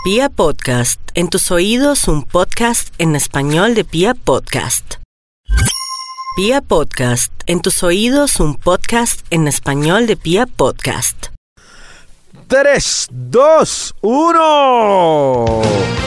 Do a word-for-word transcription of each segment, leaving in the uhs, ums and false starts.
Pia Podcast, en tus oídos un podcast en español de Pia Podcast. Pia Podcast, en tus oídos un podcast en español de Pia Podcast. tres, dos, uno.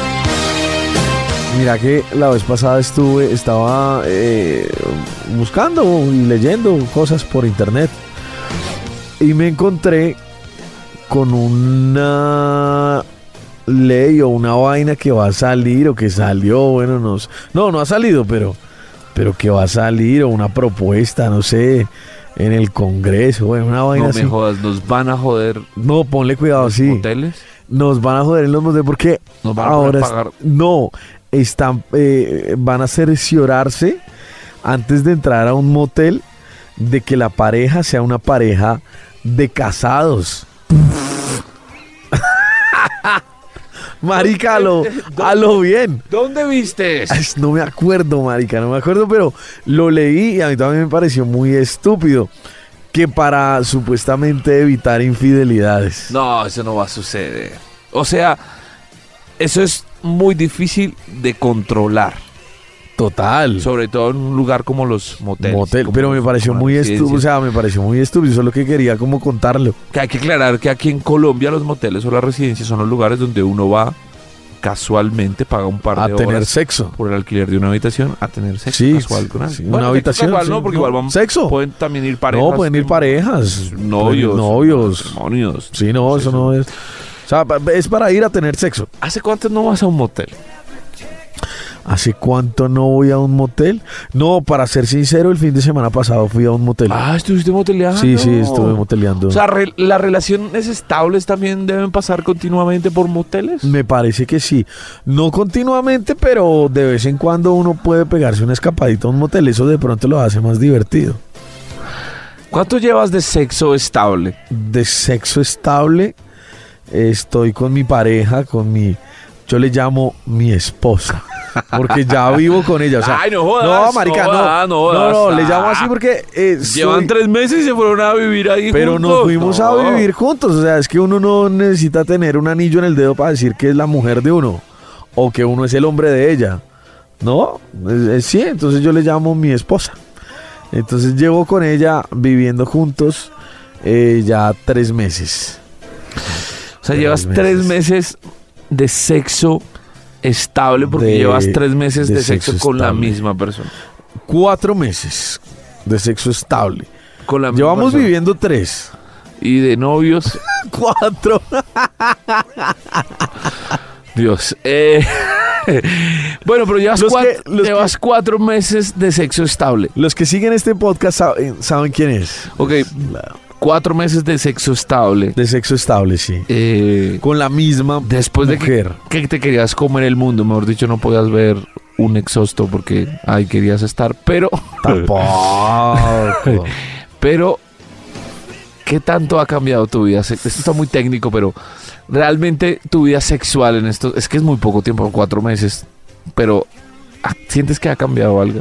Mira que la vez pasada estuve, estaba eh, buscando y leyendo cosas por internet y me encontré con una ley o una vaina que va a salir o que salió, bueno, no, no, no ha salido, pero, pero que va a salir, o una propuesta, no sé, en el Congreso, bueno, una vaina así. No me jodas, nos van a joder. No, ponle cuidado, ¿los sí. moteles? Nos van a joder en los moteles porque Nos van a ahora pagar. es, no, están, eh, van a cerciorarse antes de entrar a un motel de que la pareja sea una pareja de casados. Marica, a lo, a lo bien. ¿Dónde viste eso? Ay, no me acuerdo, marica, no me acuerdo, pero lo leí y a mí también me pareció muy estúpido. Que para supuestamente evitar infidelidades. No, eso no va a suceder. O sea, eso es muy difícil de controlar. Total. Sobre todo en un lugar como los moteles. Motel, como pero me los- pareció como muy las estúpido, o residencias. sea, me pareció muy estúpido, eso es lo que quería como contarlo. Que hay que aclarar que aquí en Colombia los moteles o las residencias son los lugares donde uno va casualmente, paga un par A de tener horas sexo. por el alquiler de una habitación a tener sexo Sí, casual con alguien. sí, Bueno, una sexo habitación. casual, sí, no, porque no, igual van, ¿sexo? pueden también ir parejas. No, pueden ir parejas. Novios. Novios. Matrimonios. Sí, no, eso no es. O sea, pa- es para ir a tener sexo. ¿Hace cuánto no vas a un motel? ¿Hace cuánto no voy a un motel? No, para ser sincero, el fin de semana pasado fui a un motel. Ah, ¿estuviste moteleando? sí, sí, estuve moteleando. O sea, re- ¿las relaciones estables también deben pasar continuamente por moteles? Me parece que sí. No continuamente, pero de vez en cuando uno puede pegarse una escapadita a un motel. Eso de pronto lo hace más divertido. ¿Cuánto llevas de sexo estable? De sexo estable, estoy con mi pareja, con mi... Yo le llamo mi esposa. Porque ya vivo con ella. O sea, Ay, no jodas, No, marica, no no. jodas, no No, no, jodas. le llamo así porque... eh, Llevan soy- tres meses y se fueron a vivir ahí Pero juntos. nos fuimos No. a vivir juntos. O sea, es que uno no necesita tener un anillo en el dedo para decir que es la mujer de uno. O que uno es el hombre de ella. ¿No? Es- es- sí, entonces yo le llamo mi esposa. Entonces llevo con ella viviendo juntos eh, ya tres meses. O sea, Tres llevas meses. tres meses de sexo estable porque De- llevas tres meses de, de sexo, sexo con la estable. misma persona. Cuatro meses de sexo estable. Con la misma Llevamos persona. viviendo tres. Y de novios, Cuatro. Dios. Eh, bueno, pero llevas, Los cuatro, que- los llevas cuatro meses de sexo estable. Los que siguen este podcast saben, saben quién es. Ok, cuatro meses de sexo estable. De sexo estable, sí. Eh, Con la misma después de que, mujer. que te querías comer el mundo, mejor dicho, no podías ver un exhausto porque ahí querías estar. Pero, Tampoco. pero, ¿qué tanto ha cambiado tu vida? Esto está muy técnico, pero realmente tu vida sexual en esto, es que es muy poco tiempo, cuatro meses, pero ah, ¿sientes que ha cambiado algo?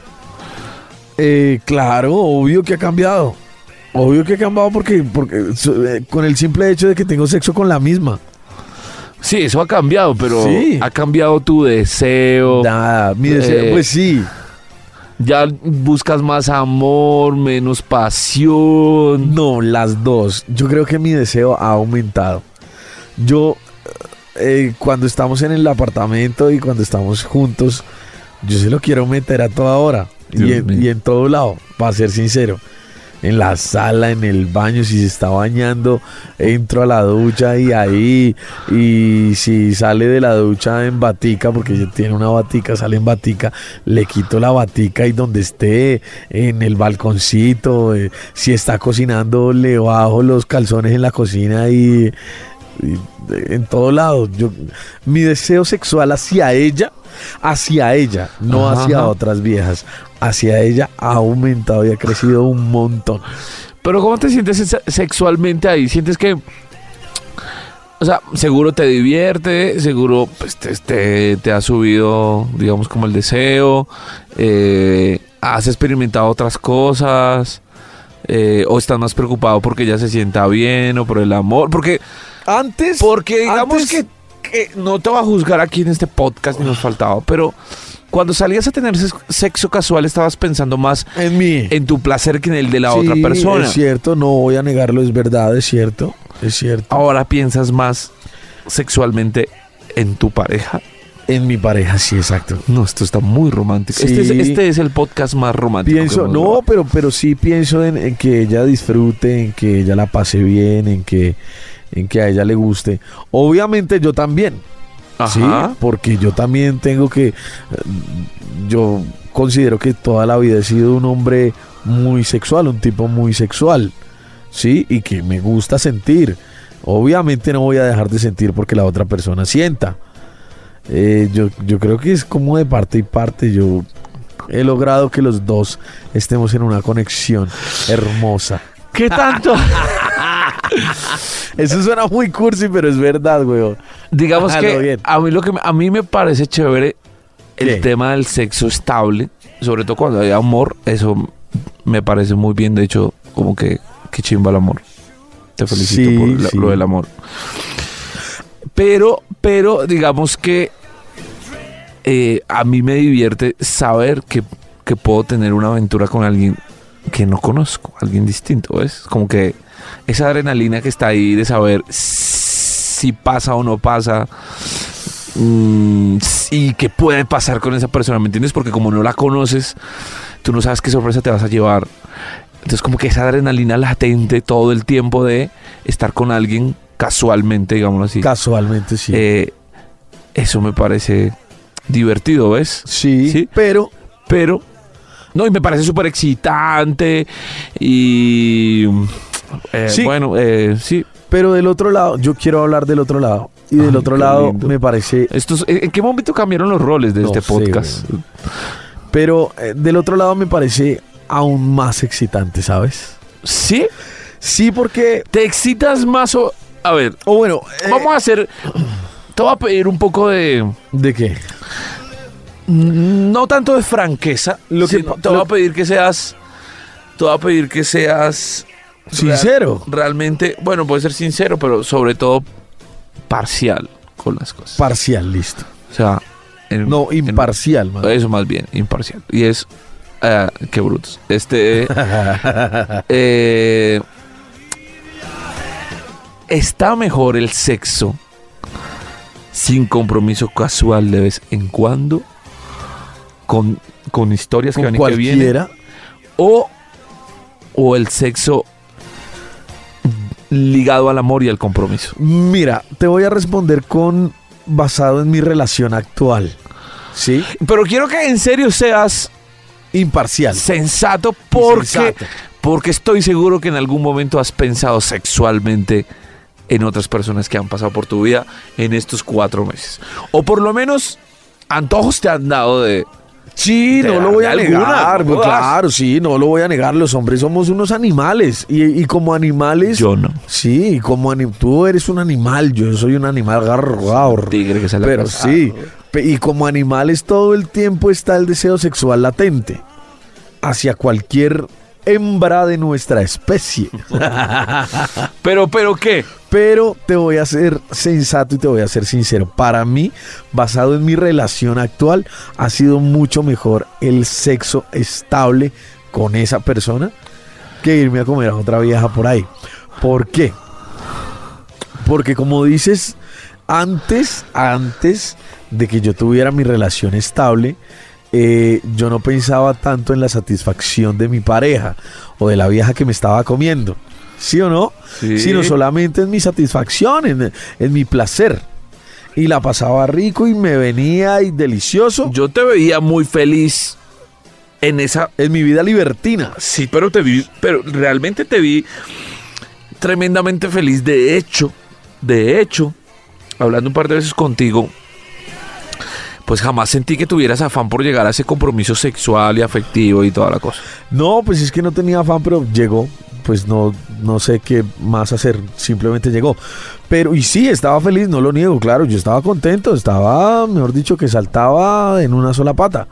Eh, claro, obvio que ha cambiado. Obvio que ha cambiado porque, porque so- eh, con el simple hecho de que tengo sexo con la misma. Sí, eso ha cambiado, pero Sí. ha cambiado tu deseo. Nada, mi deseo, Eh, pues sí. Ya buscas más amor, menos pasión. No, las dos. Yo creo que mi deseo ha aumentado. Yo, eh, cuando estamos en el apartamento y cuando estamos juntos, yo se lo quiero meter a toda hora. Y Dios en, mío. y en todo lado, para ser sincero. En la sala, en el baño, si se está bañando, entro a la ducha y ahí, y si sale de la ducha en batica, porque ella tiene una batica, sale en batica, le quito la batica y donde esté, en el balconcito, eh, si está cocinando, le bajo los calzones en la cocina y, y en todo lado. Yo, mi deseo sexual hacia ella, hacia ella, no Ajá. hacia otras viejas, hacia ella ha aumentado y ha crecido un montón. Pero ¿cómo te sientes se- sexualmente ahí? ¿Sientes que, o sea, seguro te divierte, seguro pues, te, te, te ha subido, digamos, como el deseo, eh, has experimentado otras cosas, eh, o estás más preocupado porque ella se sienta bien o por el amor? Porque, Antes, porque digamos antes- que que no te voy a juzgar aquí en este podcast ni nos faltaba, pero cuando salías a tener sexo casual estabas pensando más en mí, en tu placer que en el de la sí, otra persona. Es cierto, no voy a negarlo, es verdad, es cierto, es cierto. Ahora piensas más sexualmente en tu pareja. En mi pareja, sí, exacto. No, esto está muy romántico. Sí. Este, es, este es el podcast más romántico. Pienso, no, pero, pero sí pienso en, en que ella disfrute, en que ella la pase bien, en que, en que a ella le guste. Obviamente yo también. Ajá. Sí, porque yo también tengo que, yo considero que toda la vida he sido un hombre muy sexual, un tipo muy sexual, sí, y que me gusta sentir. Obviamente no voy a dejar de sentir porque la otra persona sienta. Eh, yo, yo creo que es como de parte y parte. Yo he logrado que los dos estemos en una conexión hermosa. ¿Qué tanto? Eso suena muy cursi, pero es verdad, güey. Digamos Ah, que lo bien. a mí lo que me- a mí me parece chévere el ¿Qué? tema del sexo estable, sobre todo cuando hay amor, eso me parece muy bien. De hecho, como que que chimba el amor. Te felicito Sí, por la- sí. lo del amor. Pero, pero digamos que eh, a mí me divierte saber que, que puedo tener una aventura con alguien que no conozco, alguien distinto, ¿ves? Como que esa adrenalina que está ahí de saber si pasa o no pasa, mm, y qué puede pasar con esa persona, ¿me entiendes? Porque como no la conoces, tú no sabes qué sorpresa te vas a llevar. Entonces como que esa adrenalina latente todo el tiempo de estar con alguien casualmente, digámoslo así. Casualmente, sí. Eh, eso me parece divertido, ¿ves? sí, sí. pero Pero, no, y me parece súper excitante y... eh, Sí. Bueno, eh, sí. pero del otro lado, yo quiero hablar del otro lado. Y del Ay, otro qué lado lindo. me parece, Estos, ¿en qué momento cambiaron los roles de No este sé, podcast? güey. pero eh, del otro lado me parece aún más excitante, ¿sabes? ¿Sí? Sí, porque, ¿Te excitas más o...? A ver, o bueno, eh, vamos a hacer... Te voy a pedir un poco de... ¿de qué? No tanto de franqueza. Lo que- sino te voy lo- a pedir que seas... Te voy a pedir que seas... Sincero. real- realmente, bueno, puede ser sincero, pero sobre todo parcial con las cosas. Parcial, listo. O sea... en- No, en- imparcial, man. Eso más bien, imparcial. Y es... eh, qué brutos. Este... eh, está mejor el sexo sin compromiso casual de vez en cuando, con, con historias que Con van y que vienen, cualquiera. o, o el sexo ligado al amor y al compromiso. Mira, te voy a responder con basado en mi relación actual. ¿Sí? Pero quiero que en serio seas Imparcial. sensato porque, sensato. porque estoy seguro que en algún momento has pensado sexualmente en otras personas que han pasado por tu vida en estos cuatro meses. O por lo menos antojos te han dado de... Sí, de no lo dar- voy de a alguna, negar, no pues, jodas. claro, sí, no lo voy a negar. Los hombres somos unos animales y, y como animales, Yo no. sí, como anim- tú eres un animal, yo soy un animal garror, Tigre que sale a pero cazar. sí, pe- y como animales todo el tiempo está el deseo sexual latente hacia cualquier hembra de nuestra especie. Pero, pero ¿qué? Pero te voy a ser sensato y te voy a ser sincero. Para mí, basado en mi relación actual, ha sido mucho mejor el sexo estable con esa persona que irme a comer a otra vieja por ahí. ¿Por qué? Porque como dices, antes, antes de que yo tuviera mi relación estable, eh, yo no pensaba tanto en la satisfacción de mi pareja o de la vieja que me estaba comiendo. ¿Sí o no? Sí. Sino solamente en mi satisfacción, en, en mi placer. Y la pasaba rico y me venía y delicioso Yo te veía muy feliz en esa... en mi vida libertina. Sí, pero te vi... Pero realmente te vi tremendamente feliz. De hecho, de hecho, hablando un par de veces contigo, pues jamás sentí que tuvieras afán por llegar a ese compromiso sexual y afectivo y toda la cosa. No, pues es que no tenía afán, pero llegó. Pues no, no sé qué más hacer, simplemente llegó. Pero, y sí, estaba feliz, no lo niego, claro, yo estaba contento, estaba, mejor dicho, que saltaba en una sola pata.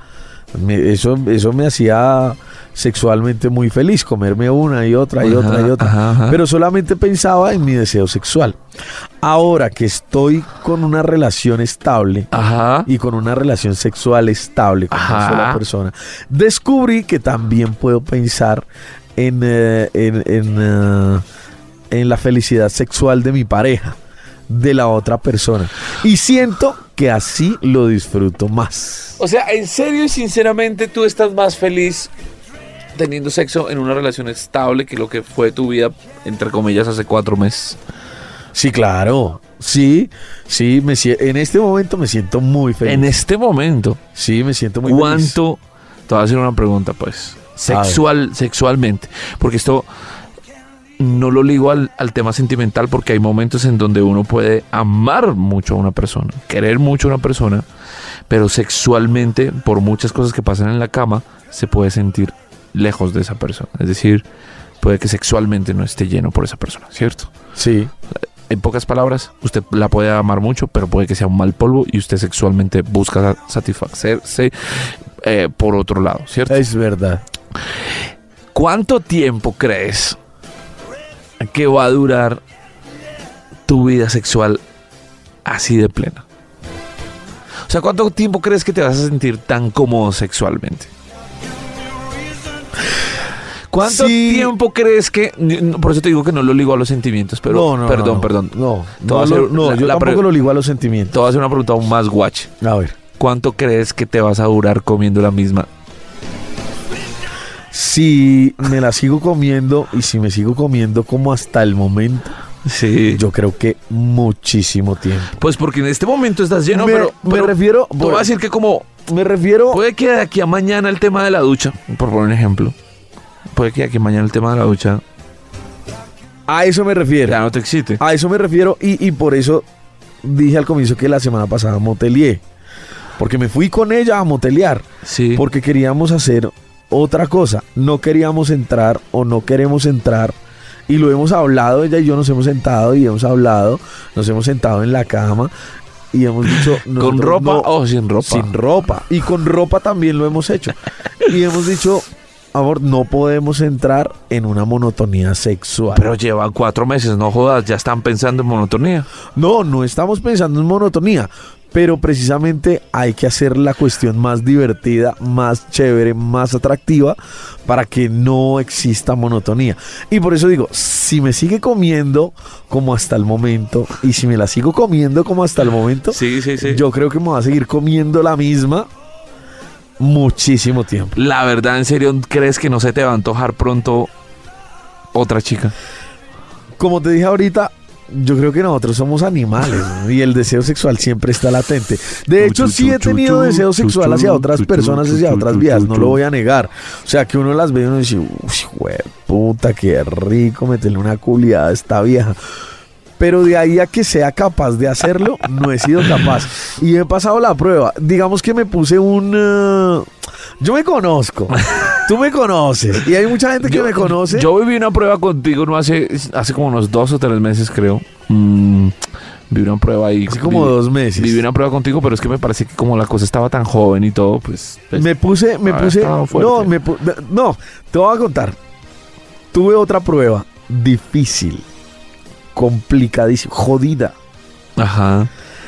Me- eso, eso me hacía sexualmente muy feliz, comerme una y otra y Ajá, otra y otra. ajá, ajá. Pero solamente pensaba en mi deseo sexual. Ahora que estoy con una relación estable Ajá. y con una relación sexual estable con una Ajá. sola persona, descubrí que también puedo pensar en, eh, en, en, eh, en la felicidad sexual de mi pareja, de la otra persona. Y siento que así lo disfruto más. O sea, en serio y sinceramente tú estás más feliz teniendo sexo en una relación estable que lo que fue tu vida, entre comillas, hace cuatro meses. Sí, claro. Sí, sí, me, sie- en este momento me siento muy feliz. En este momento, Sí, me siento muy feliz. ¿cuánto? Te voy a hacer una pregunta, pues. Sexual, sexualmente. Porque esto no lo ligo al, al tema sentimental, porque hay momentos en donde uno puede amar mucho a una persona, querer mucho a una persona, pero sexualmente, por muchas cosas que pasan en la cama, se puede sentir lejos de esa persona. Es decir, puede que sexualmente no esté lleno por esa persona, ¿cierto? Sí, En pocas palabras, usted la puede amar mucho, pero puede que sea un mal polvo y usted sexualmente busca satisfacerse eh, por otro lado, ¿cierto? es verdad. ¿Cuánto tiempo crees que va a durar tu vida sexual así de plena? O sea, ¿cuánto tiempo crees que te vas a sentir tan cómodo sexualmente? ¿Cuánto Sí. tiempo crees que... Por eso te digo que no lo ligo a los sentimientos, pero... no, no, perdón, no, no. perdón. No, Te voy a no, hacer lo- no, la- yo la tampoco pre- lo ligo a los Te sentimientos. voy a hacer una pregunta aún más guache. A ver, ¿Cuánto crees que te vas a durar comiendo la misma? si me la sigo comiendo y si me sigo comiendo como hasta el momento, Sí. yo creo que muchísimo tiempo. Pues porque en este momento estás lleno, me, pero... me pero refiero, te voy a decir que como... me refiero, Puede que de aquí a mañana el tema de la ducha, por poner un ejemplo, puede que de aquí a mañana el tema de la ducha a eso me refiero. ya no te excite. A eso me refiero y, y por eso dije al comienzo que la semana pasada motelié. Porque me fui con ella a motelear. Sí. Porque queríamos hacer otra cosa. No queríamos entrar o no queremos entrar. Y lo hemos hablado, ella y yo nos hemos sentado y hemos hablado. Nos hemos sentado en la cama y hemos dicho... ¿Con nosotros ropa no- o sin ropa? Sin ropa. Y con ropa también lo hemos hecho. Y hemos dicho, amor, no podemos entrar en una monotonía sexual. Pero llevan cuatro meses, no jodas, ya están pensando en monotonía. No, no estamos pensando en monotonía, pero precisamente hay que hacer la cuestión más divertida, más chévere, más atractiva para que no exista monotonía. Y por eso digo, si me sigue comiendo como hasta el momento y si me la sigo comiendo como hasta el momento, Sí, sí, sí. yo creo que me va a seguir comiendo la misma muchísimo tiempo. La verdad, ¿en serio crees que no se te va a antojar pronto otra chica? Como te dije ahorita, yo creo que nosotros somos animales, ¿no? Y el deseo sexual siempre está latente. De hecho, sí he tenido deseo sexual hacia otras personas, hacia otras vidas, no lo voy a negar. O sea, que uno las ve y uno dice, uy, puta, qué rico meterle una culiada a esta vieja. Pero de ahí a que sea capaz de hacerlo, no he sido capaz. Y he pasado la prueba. Digamos que me puse un... uh, yo me conozco. Tú me conoces. Y hay mucha gente que Yo- me conoce. Yo viví una prueba contigo no hace, hace como unos dos o tres meses, creo. Mm, viví una prueba ahí. Hace como viví- dos meses. Viví una prueba contigo, pero es que me parece que como la cosa estaba tan joven y todo, pues... pues, Me puse, me Ah, puse, estaba fuerte. no, me pu- no, te voy a contar. Tuve otra prueba difícil, complicadísima, jodida. Ajá.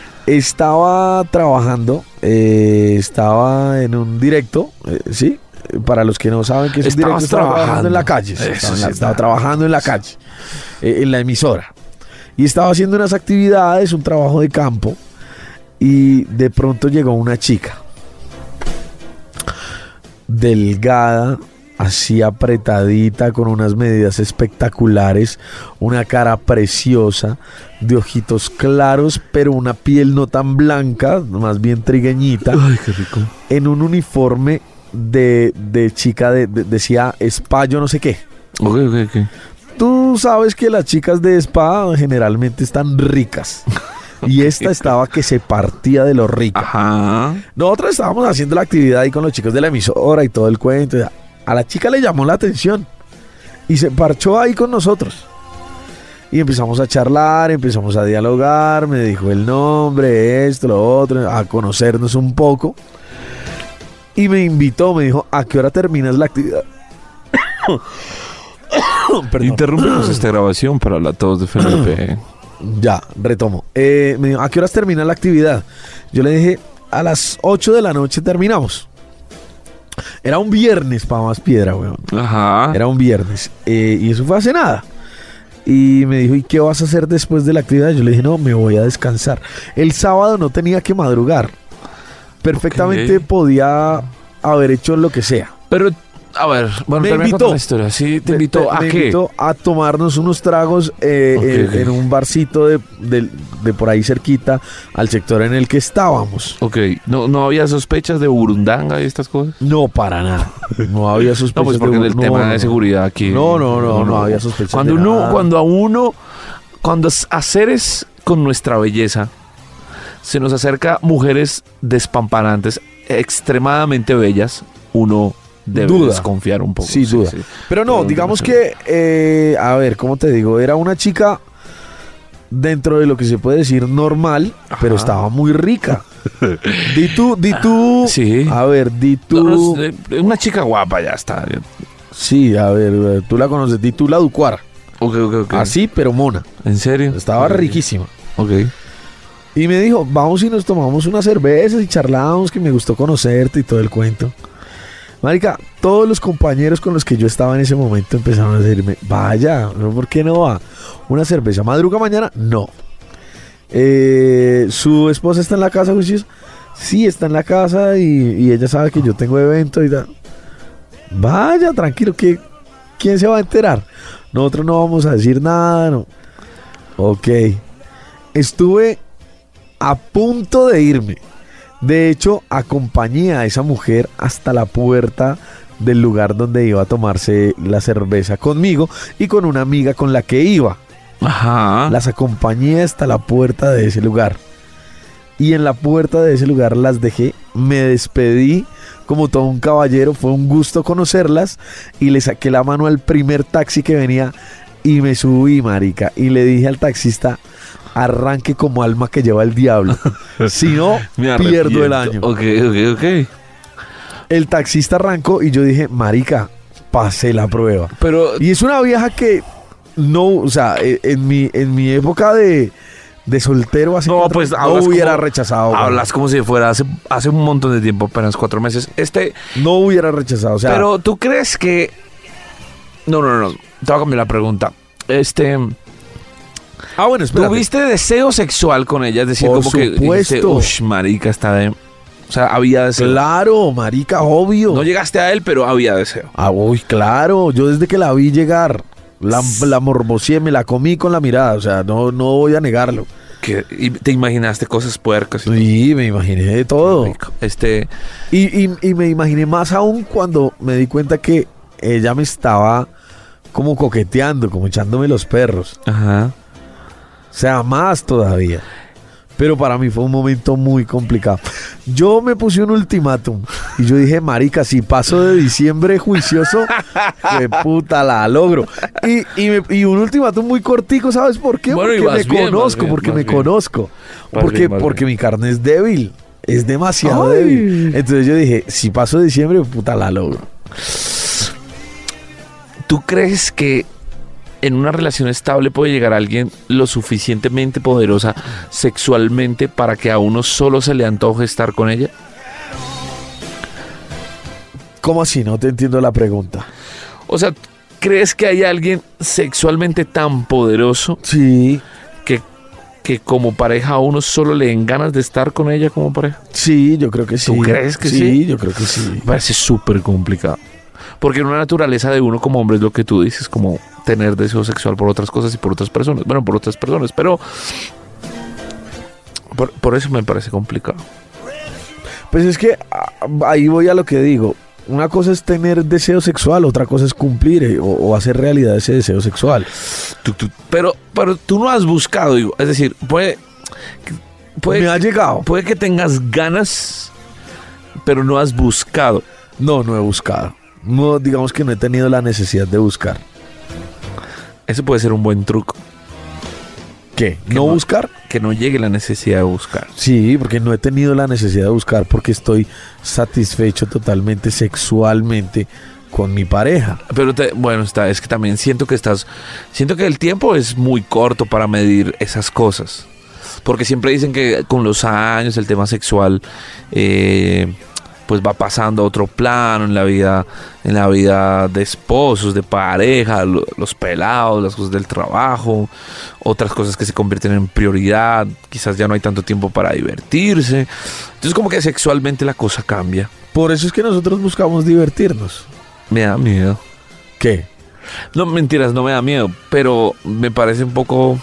Estaba trabajando, eh, estaba en un directo, eh, ¿sí? Para los que no saben que es un Estabas directo, estaba trabajando trabajando. en la calle. Eso Estaba, en sí la- está. estaba trabajando en la calle, eh, en la emisora. Y estaba haciendo unas actividades, un trabajo de campo. Y de pronto llegó una chica. Delgada, así apretadita, con unas medidas espectaculares, una cara preciosa, de ojitos claros, pero una piel no tan blanca, más bien trigueñita, Ay, qué rico. en un uniforme de, de chica, de, de- decía spa, yo no sé qué. Ok, ok, ok. Tú sabes que las chicas de spa generalmente están ricas. Y esta estaba que se partía de lo rica. Ajá. Nosotros estábamos haciendo la actividad ahí con los chicos de la emisora y todo el cuento. A la chica le llamó la atención y se parchó ahí con nosotros. Y empezamos a charlar, empezamos a dialogar, me dijo el nombre, esto, lo otro, a conocernos un poco. Y me invitó, me dijo, ¿a qué hora terminas la actividad? Perdón. Interrumpimos esta grabación para la tos de Felipe. Ya, retomo. Eh, me dijo, ¿a qué horas termina la actividad? Yo le dije, a las ocho de la noche terminamos. Era un viernes, para más piedra, weón. Ajá. Era un viernes. Eh, y eso fue hace nada. Y me dijo, ¿y qué vas a hacer después de la actividad? Yo le dije, no, me voy a descansar. El sábado no tenía que madrugar. Perfectamente Ok. podía haber hecho lo que sea. Pero, a ver, bueno, Me termina invitó. con la historia. Sí, te invitó Me- a me qué. invitó a tomarnos unos tragos eh, Ok, eh, ok. en un barcito de, de- de por ahí cerquita al sector en el que estábamos. Ok, ¿no, no había sospechas de burundanga y estas cosas? No, para nada. No había sospechas. No, pues porque de- el no, tema no, de no. seguridad aquí. No, no, no, no había sospechas Cuando de uno, nada. cuando a uno, cuando a seres con nuestra belleza se nos acerca mujeres despampanantes, extremadamente bellas, uno debe Duda. desconfiar un poco. Sí, duda. Pero no, Pero digamos no sé. que, eh, a ver, ¿cómo te digo? Era una chica dentro de lo que se puede decir normal, Ajá. pero estaba muy rica. Di tú, di tú. Sí. A ver, di tú. No, no, es- eh, una chica guapa, ya está. Sí, a ver, eh, tú la conoces, di tú la Ducuara. Ok, ok, ok. Así, pero mona. ¿En serio? Estaba Ok. riquísima. Ok. Y me dijo, vamos y nos tomamos unas cervezas y charlábamos, que me gustó conocerte y todo el cuento. Marica, todos los compañeros con los que yo estaba en ese momento empezaron a decirme, vaya, ¿no? ¿Por qué no va? ¿Una cerveza madruga mañana? No. Eh, ¿Su esposa está en la casa, juiciosa? Sí, está en la casa y, y ella sabe que yo tengo evento y tal. Vaya, tranquilo, que ¿quién se va a enterar? Nosotros no vamos a decir nada, no. Ok. Estuve a punto de irme. De hecho, acompañé a esa mujer hasta la puerta del lugar donde iba a tomarse la cerveza conmigo y con una amiga con la que iba. Ajá. Las acompañé hasta la puerta de ese lugar. Y en la puerta de ese lugar las dejé, me despedí como todo un caballero, fue un gusto conocerlas y le saqué la mano al primer taxi que venía y me subí, marica, y le dije al taxista, arranque como alma que lleva el diablo, si no, Me pierdo el arrepiento. año. Ok, ok, ok. El taxista arrancó y yo dije, marica, pasé la prueba. Pero, Y es una vieja que no, o sea, eh, en mi, en mi época de, de soltero hace no, cuatro- pues no hablas hubiera como- rechazado. güey. hablas como si fuera hace, hace un montón de tiempo, apenas cuatro meses. Este, No hubiera rechazado, o sea, pero tú crees que... No, no, no, te voy a cambiar la pregunta. Este, ah, bueno, espérate. ¿tuviste deseo sexual con ella? Es decir, Por como que dijiste, supuesto. ush, marica, está de... O sea, había deseo. Claro, marica, obvio. No llegaste a él, pero había deseo. Ah, uy, claro, yo desde que la vi llegar, la, la morboseé, me la comí con la mirada, o sea, no, no voy a negarlo. Que, y te imaginaste cosas puercas. y Sí, me imaginé de todo. todo. Rico. Este, Y, y, y me imaginé más aún cuando me di cuenta que ella me estaba como coqueteando, como echándome los perros. ajá. O sea, más todavía. Pero para mí fue un momento muy complicado. Yo me puse un ultimátum y yo dije, marica, si paso de diciembre juicioso, que puta la logro. Y, y, me- y un ultimátum muy cortico, ¿sabes por qué? Bueno, y porque vas me bien, vas conozco, bien, porque vas me bien. conozco. Vas Porque, bien, vas porque bien. mi carne es débil. Es demasiado Ay. débil. Entonces yo dije, si paso de diciembre, puta la logro. ¿Tú crees que en una relación estable puede llegar alguien lo suficientemente poderosa sexualmente para que a uno solo se le antoje estar con ella? ¿Cómo así? No te entiendo la pregunta. O sea, ¿crees que hay alguien sexualmente tan poderoso Sí, que, que como pareja a uno solo le den ganas de estar con ella como pareja? sí, yo creo que sí. ¿Tú crees que sí? Sí, yo creo que sí. Me parece súper complicado. Porque en una naturaleza de uno como hombre es lo que tú dices, como tener deseo sexual por otras cosas y por otras personas. Bueno, por otras personas, pero por, por eso me parece complicado. Pues es que ah, ahí voy a lo que digo. Una cosa es tener deseo sexual, otra cosa es cumplir eh, o, o hacer realidad ese deseo sexual. Tú- tú- pero, pero tú no has buscado, digo, es decir, puede, puede, Me ha llegado. puede que tengas ganas, pero no has buscado. No, no he buscado. No, digamos que no he tenido la necesidad de buscar. Eso puede ser un buen truco. ¿Qué? Que ¿No no- buscar? Que no llegue la necesidad de buscar. Sí, porque no he tenido la necesidad de buscar porque estoy satisfecho totalmente sexualmente con mi pareja. Pero te- bueno, está, es que también siento que estás, siento que el tiempo es muy corto para medir esas cosas. Porque siempre dicen que con los años el tema sexual eh, pues va pasando a otro plano en la vida, en la vida de esposos, de pareja, lo- los pelados, las cosas del trabajo, otras cosas que se convierten en prioridad, quizás ya no hay tanto tiempo para divertirse. Entonces como que sexualmente la cosa cambia. Por eso es que nosotros buscamos divertirnos. Me da miedo. ¿Qué? No, mentiras, no me da miedo, pero me parece un poco...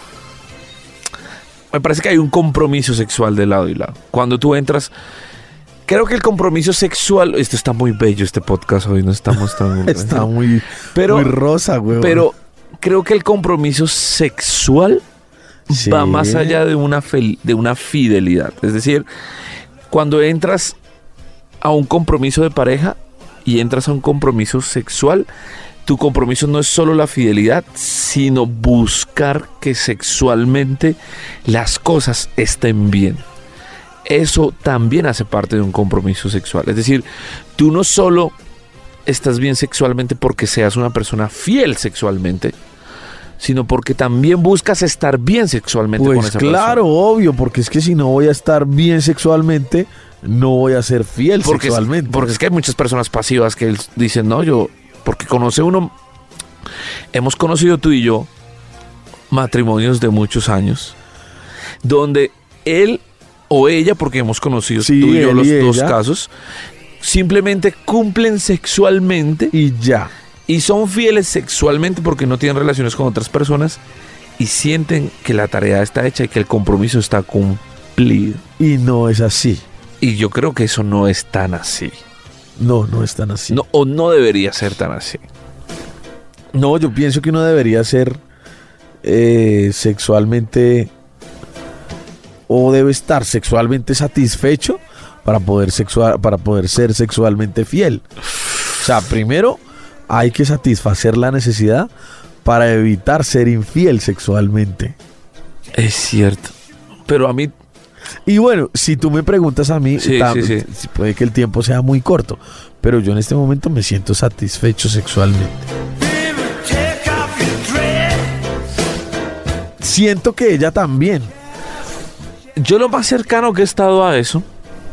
Me parece que hay un compromiso sexual de lado y lado. Cuando tú entras... Creo que el compromiso sexual... Esto está muy bello, este podcast hoy no estamos tan... Está muy, Pero- muy rosa, güey. Pero creo que el compromiso sexual Sí. va más allá de una, fel- de una fidelidad. Es decir, cuando entras a un compromiso de pareja y entras a un compromiso sexual, tu compromiso no es solo la fidelidad, sino buscar que sexualmente las cosas estén bien. Eso también hace parte de un compromiso sexual. Es decir, tú no solo estás bien sexualmente porque seas una persona fiel sexualmente, sino porque también buscas estar bien sexualmente con Pues esa claro, obvio, porque es que si no voy a estar bien sexualmente, no voy a ser fiel porque es, sexualmente. porque es que hay muchas personas pasivas que dicen, no, yo, porque conoce uno, hemos conocido tú y yo matrimonios de muchos años, donde él o ella, porque hemos conocido Sí, tú y yo él los y dos ella. casos, simplemente cumplen sexualmente Y ya. y son fieles sexualmente porque no tienen relaciones con otras personas y sienten que la tarea está hecha y que el compromiso está cumplido. Y no es así. Y yo creo que eso no es tan así. No, no es tan así. No, o no debería ser tan así. No, yo pienso que uno debería ser eh, sexualmente o debe estar sexualmente satisfecho para poder, sexual, para poder ser sexualmente fiel. O sea, primero hay que satisfacer la necesidad para evitar ser infiel sexualmente. Es cierto. Pero a mí, Y bueno, si tú me preguntas a mí, Sí, tam- sí, sí. puede que el tiempo sea muy corto, pero yo en este momento me siento satisfecho sexualmente. Siento que ella también. yo lo más cercano que he estado a eso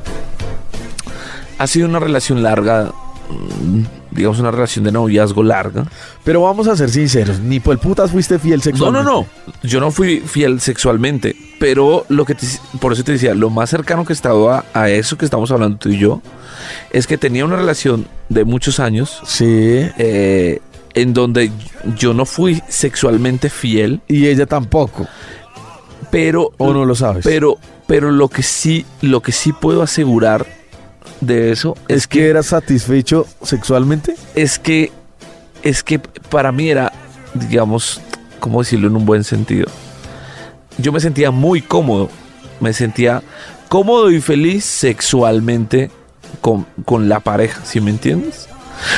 ha sido una relación larga, mm, digamos una relación de noviazgo larga. Pero vamos a ser sinceros, ni por el putas fuiste fiel No, sexualmente. no, no. Yo no fui fiel sexualmente, pero lo que te- por eso te decía, lo más cercano que he estado a, a eso que estamos hablando tú y yo, es que tenía una relación de muchos años Sí, eh, en donde yo no fui sexualmente fiel, y ella tampoco. pero ¿O no lo sabes? pero pero lo que sí lo que sí puedo asegurar de eso ¿Es que eras satisfecho sexualmente? es que es que para mí era, digamos, ¿cómo decirlo en un buen sentido? Yo me sentía muy cómodo, me sentía cómodo y feliz sexualmente con, con la pareja, ¿sí me entiendes?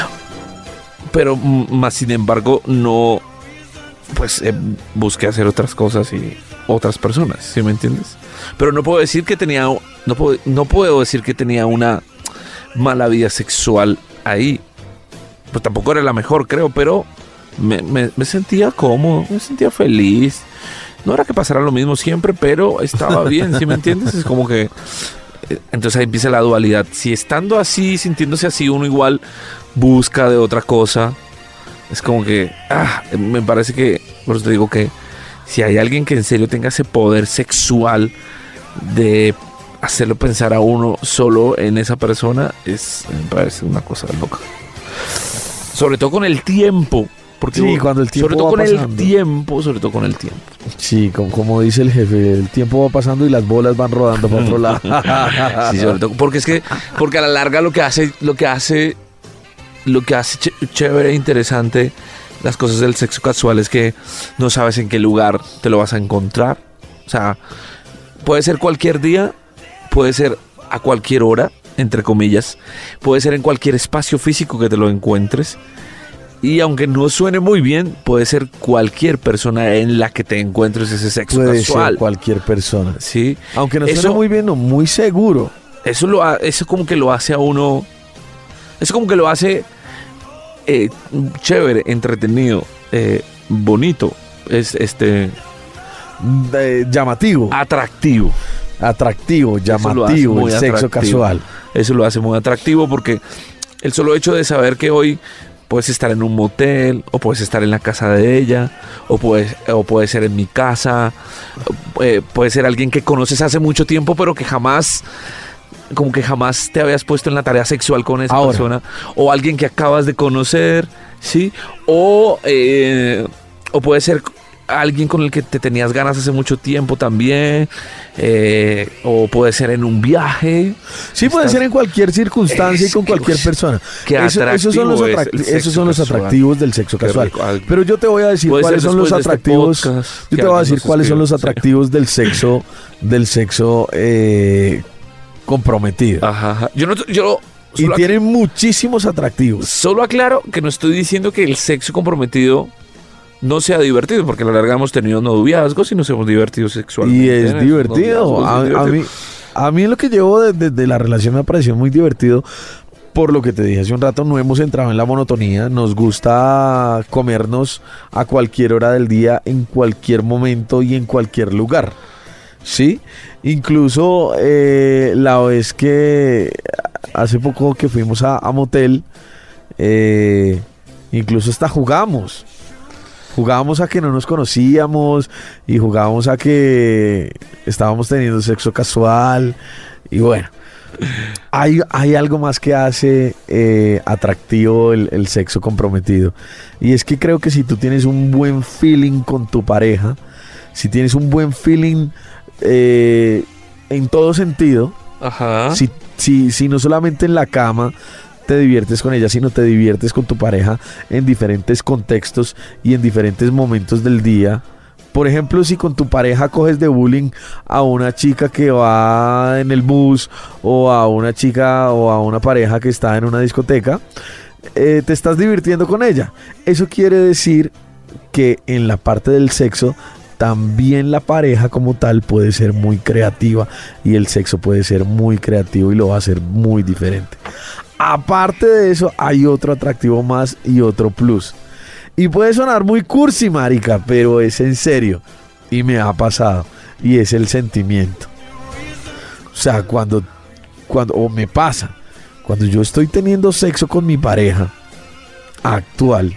Pero mm, más sin embargo no, pues eh, busqué hacer otras cosas y otras personas, ¿sí me entiendes? Pero no puedo decir que tenía, no puedo, no puedo decir que tenía una mala vida sexual ahí. Pues tampoco era la mejor, creo, pero me, me- me sentía cómodo, me sentía feliz. No era que pasara lo mismo siempre, pero estaba bien, ¿sí me entiendes? Es como que... eh, Entonces ahí empieza la dualidad. Si estando así, sintiéndose así, uno igual busca de otra cosa, es como que... Ah, me parece que... Por eso te digo que si hay alguien que en serio tenga ese poder sexual de hacerlo pensar a uno solo en esa persona, es, me parece una cosa loca. Sobre todo con el tiempo. Porque Sí, cuando el tiempo sobre todo va con pasando. el tiempo, sobre todo con el tiempo. Sí, como, como dice el jefe, el tiempo va pasando y las bolas van rodando para otro lado. Sí, sobre todo porque es que porque a la larga lo que hace lo que hace lo que hace ch- chévere e interesante las cosas del sexo casual es que no sabes en qué lugar te lo vas a encontrar. O sea, puede ser cualquier día, puede ser a cualquier hora, entre comillas, puede ser en cualquier espacio físico que te lo encuentres. Y aunque no suene muy bien, puede ser cualquier persona en la que te encuentres ese sexo Puede casual. ser cualquier persona. Sí. Aunque no Eso- suene muy bien, no, muy seguro. Eso, lo, ha- eso como que lo hace a uno... Eso como que lo hace eh, chévere, entretenido, eh, bonito, es este Eh, llamativo, atractivo. atractivo, Eso lo hace llamativo, muy el sexo atractivo. casual. Eso lo hace muy atractivo porque el solo hecho de saber que hoy puedes estar en un motel, o puedes estar en la casa de ella, o puedes, o puede ser en mi casa, eh, puede ser alguien que conoces hace mucho tiempo, pero que jamás, como que jamás te habías puesto en la tarea sexual con esa Ahora. persona, o alguien que acabas de conocer, ¿sí? O, eh, o puede ser alguien con el que te tenías ganas hace mucho tiempo también, eh, o puede ser en un viaje. Sí, puede Estás- ser en cualquier circunstancia Es y con que, cualquier uy, persona. qué Eso- esos son los, atractivo es atract- el esos sexo son los casual. atractivos del sexo Qué casual. rico. Al- Pero yo te voy a decir Puede cuáles ser son los después de este atractivos. podcast, Yo que te voy a alguien decir nos cuáles son escriba. los Sí. atractivos del sexo, del sexo eh, comprometido. Ajá, ajá. Yo no, yo Y solo, ac- tienen muchísimos atractivos. solo aclaro que no estoy diciendo que el sexo comprometido no sea divertido, porque a la larga hemos tenido noviazgos y nos hemos divertido sexualmente. Y es en esos divertido. noviazgos, A, es a divertido. mí, a mí lo que llevo desde de, de la relación me ha parecido muy divertido. Por lo que te dije hace un rato, no hemos entrado en la monotonía. Nos gusta comernos a cualquier hora del día, en cualquier momento y en cualquier lugar. ¿Sí? Incluso eh, la vez que hace poco que fuimos a, a motel, eh, incluso hasta jugamos. Jugábamos a que no nos conocíamos y jugábamos a que estábamos teniendo sexo casual. Y bueno, hay, hay algo más que hace eh, atractivo el, el sexo comprometido. Y es que creo que si tú tienes un buen feeling con tu pareja, si tienes un buen feeling eh, en todo sentido, Ajá. si, si, si no solamente en la cama te diviertes con ella, sino te diviertes con tu pareja en diferentes contextos y en diferentes momentos del día. Por ejemplo, si con tu pareja coges de bullying a una chica que va en el bus, o a una chica o a una pareja que está en una discoteca, eh, te estás divirtiendo con ella. Eso quiere decir que en la parte del sexo también la pareja como tal puede ser muy creativa, y el sexo puede ser muy creativo y lo va a hacer muy diferente. Aparte de eso, hay otro atractivo más y otro plus. Y puede sonar muy cursi, marica, pero es en serio. Y me ha pasado. Y es el sentimiento. O sea, cuando, cuando, o me pasa, cuando yo estoy teniendo sexo con mi pareja actual,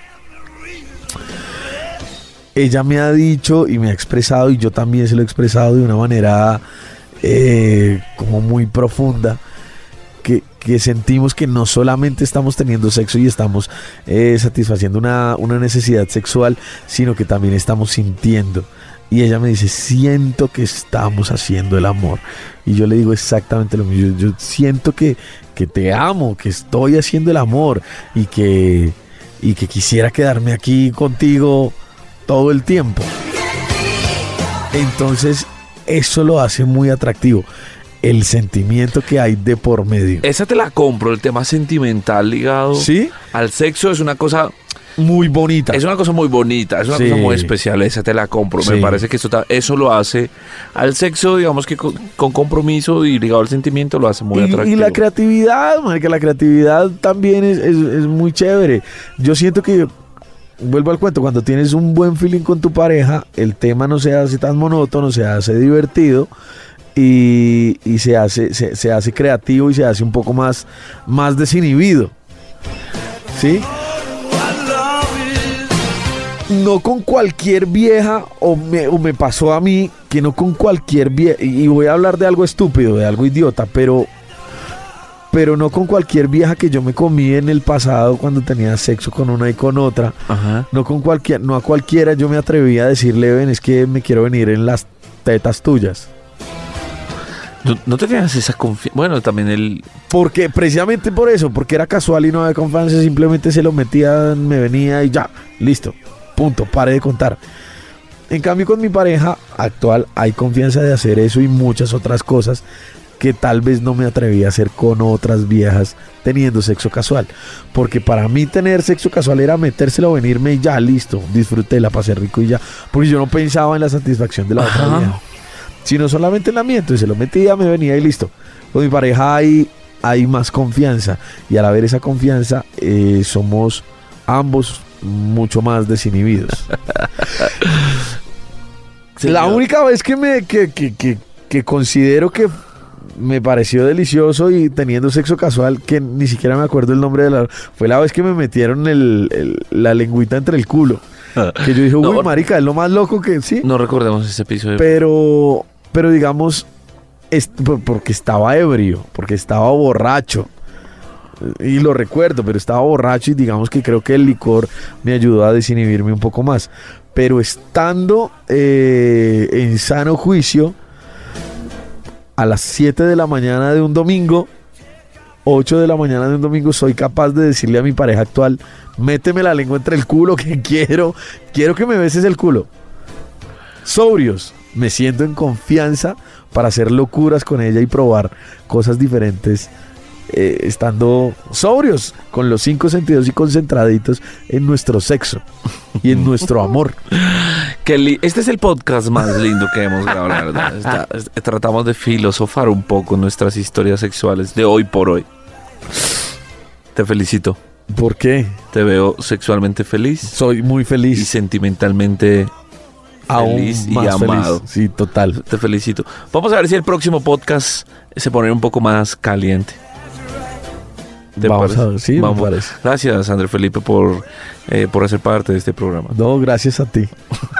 ella me ha dicho y me ha expresado, y yo también se lo he expresado de una manera eh, como muy profunda, que, que sentimos que no solamente estamos teniendo sexo y estamos eh, satisfaciendo una, una necesidad sexual, sino que también estamos sintiendo. Y ella me dice, siento que estamos haciendo el amor. Y yo le digo exactamente lo mismo. Yo, yo siento que, que te amo, que estoy haciendo el amor, y que, y que quisiera quedarme aquí contigo todo el tiempo. Entonces, eso lo hace muy atractivo. El sentimiento que hay de por medio. Esa te la compro, el tema sentimental ligado ¿Sí? al sexo es una cosa, Muy bonita. es una cosa muy bonita, es una Sí. cosa muy especial, esa te la compro. Sí. Me parece que eso, ta- eso lo hace al sexo, digamos que con, con compromiso y ligado al sentimiento, lo hace muy y, atractivo. y la creatividad, marica, la creatividad también es, es, es muy chévere. Yo siento que, vuelvo al cuento, cuando tienes un buen feeling con tu pareja, el tema no se hace tan monótono, se hace divertido, y, y se hace, se, se hace creativo y se hace un poco más, más desinhibido. ¿Sí? No con cualquier vieja, o me, o me pasó a mí, que no con cualquier vieja, y voy a hablar de algo estúpido, de algo idiota, pero, pero no con cualquier vieja que yo me comí en el pasado cuando tenía sexo con una y con otra. Ajá. No con cualquier, no a cualquiera yo me atreví a decirle, ven, es que me quiero venir en las tetas tuyas. ¿No, no te tenías esa confianza? Bueno, también el... Porque, precisamente por eso, porque era casual y no había confianza, simplemente se lo metía, me venía y ya, listo, punto, pare de contar. En cambio, con mi pareja actual hay confianza de hacer eso y muchas otras cosas que tal vez no me atreví a hacer con otras viejas teniendo sexo casual. Porque para mí tener sexo casual era metérselo, venirme y ya, listo, disfruté, la pasé rico y ya. Porque yo no pensaba en la satisfacción de la Ajá. otra vieja, sino solamente en la mía. Entonces se lo metía, me venía y listo. Con mi pareja hay, hay más confianza. Y al haber esa confianza, eh, somos ambos mucho más desinhibidos. La única vez que me que, que, que, que considero que me pareció delicioso y teniendo sexo casual, que ni siquiera me acuerdo el nombre de la, fue la vez que me metieron el, el, la lengüita entre el culo. Que yo dije, uy, No, marica, es lo más loco que sí. No recordemos ese episodio. Pero, pero digamos, es, por- porque estaba ebrio, porque estaba borracho. Y lo recuerdo, pero estaba borracho y digamos que creo que el licor me ayudó a desinhibirme un poco más. Pero estando eh, en sano juicio, a las siete de la mañana de un domingo, ocho de la mañana de un domingo, soy capaz de decirle a mi pareja actual, méteme la lengua entre el culo que quiero, quiero que me beses el culo. Sobrios, me siento en confianza para hacer locuras con ella y probar cosas diferentes, eh, estando sobrios, con los cinco sentidos y concentraditos en nuestro sexo y en nuestro amor. Qué li- este es el podcast más lindo que hemos grabado, la verdad. Está- es- tratamos de filosofar un poco nuestras historias sexuales de hoy por hoy. Te felicito. ¿Por qué? Te veo sexualmente feliz Soy muy y feliz. sentimentalmente Aún feliz y más amado. feliz. Sí, total. Te felicito. Vamos a ver si el próximo podcast se pone un poco más caliente. ¿Te Vamos parece? a ver, sí, me Vamos. parece. Gracias, André Felipe, por, eh, por hacer parte de este programa. No, gracias a ti.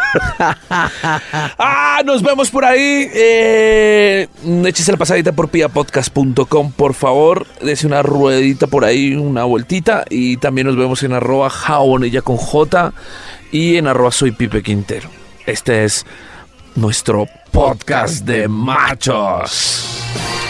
Ah, nos vemos por ahí. Eh, échese la pasadita por pia podcast punto com, por favor. Dese una ruedita por ahí, una vueltita. Y también nos vemos en arroba jabonilla con J y en arroba soy Pipe Quintero. Este es nuestro podcast de machos.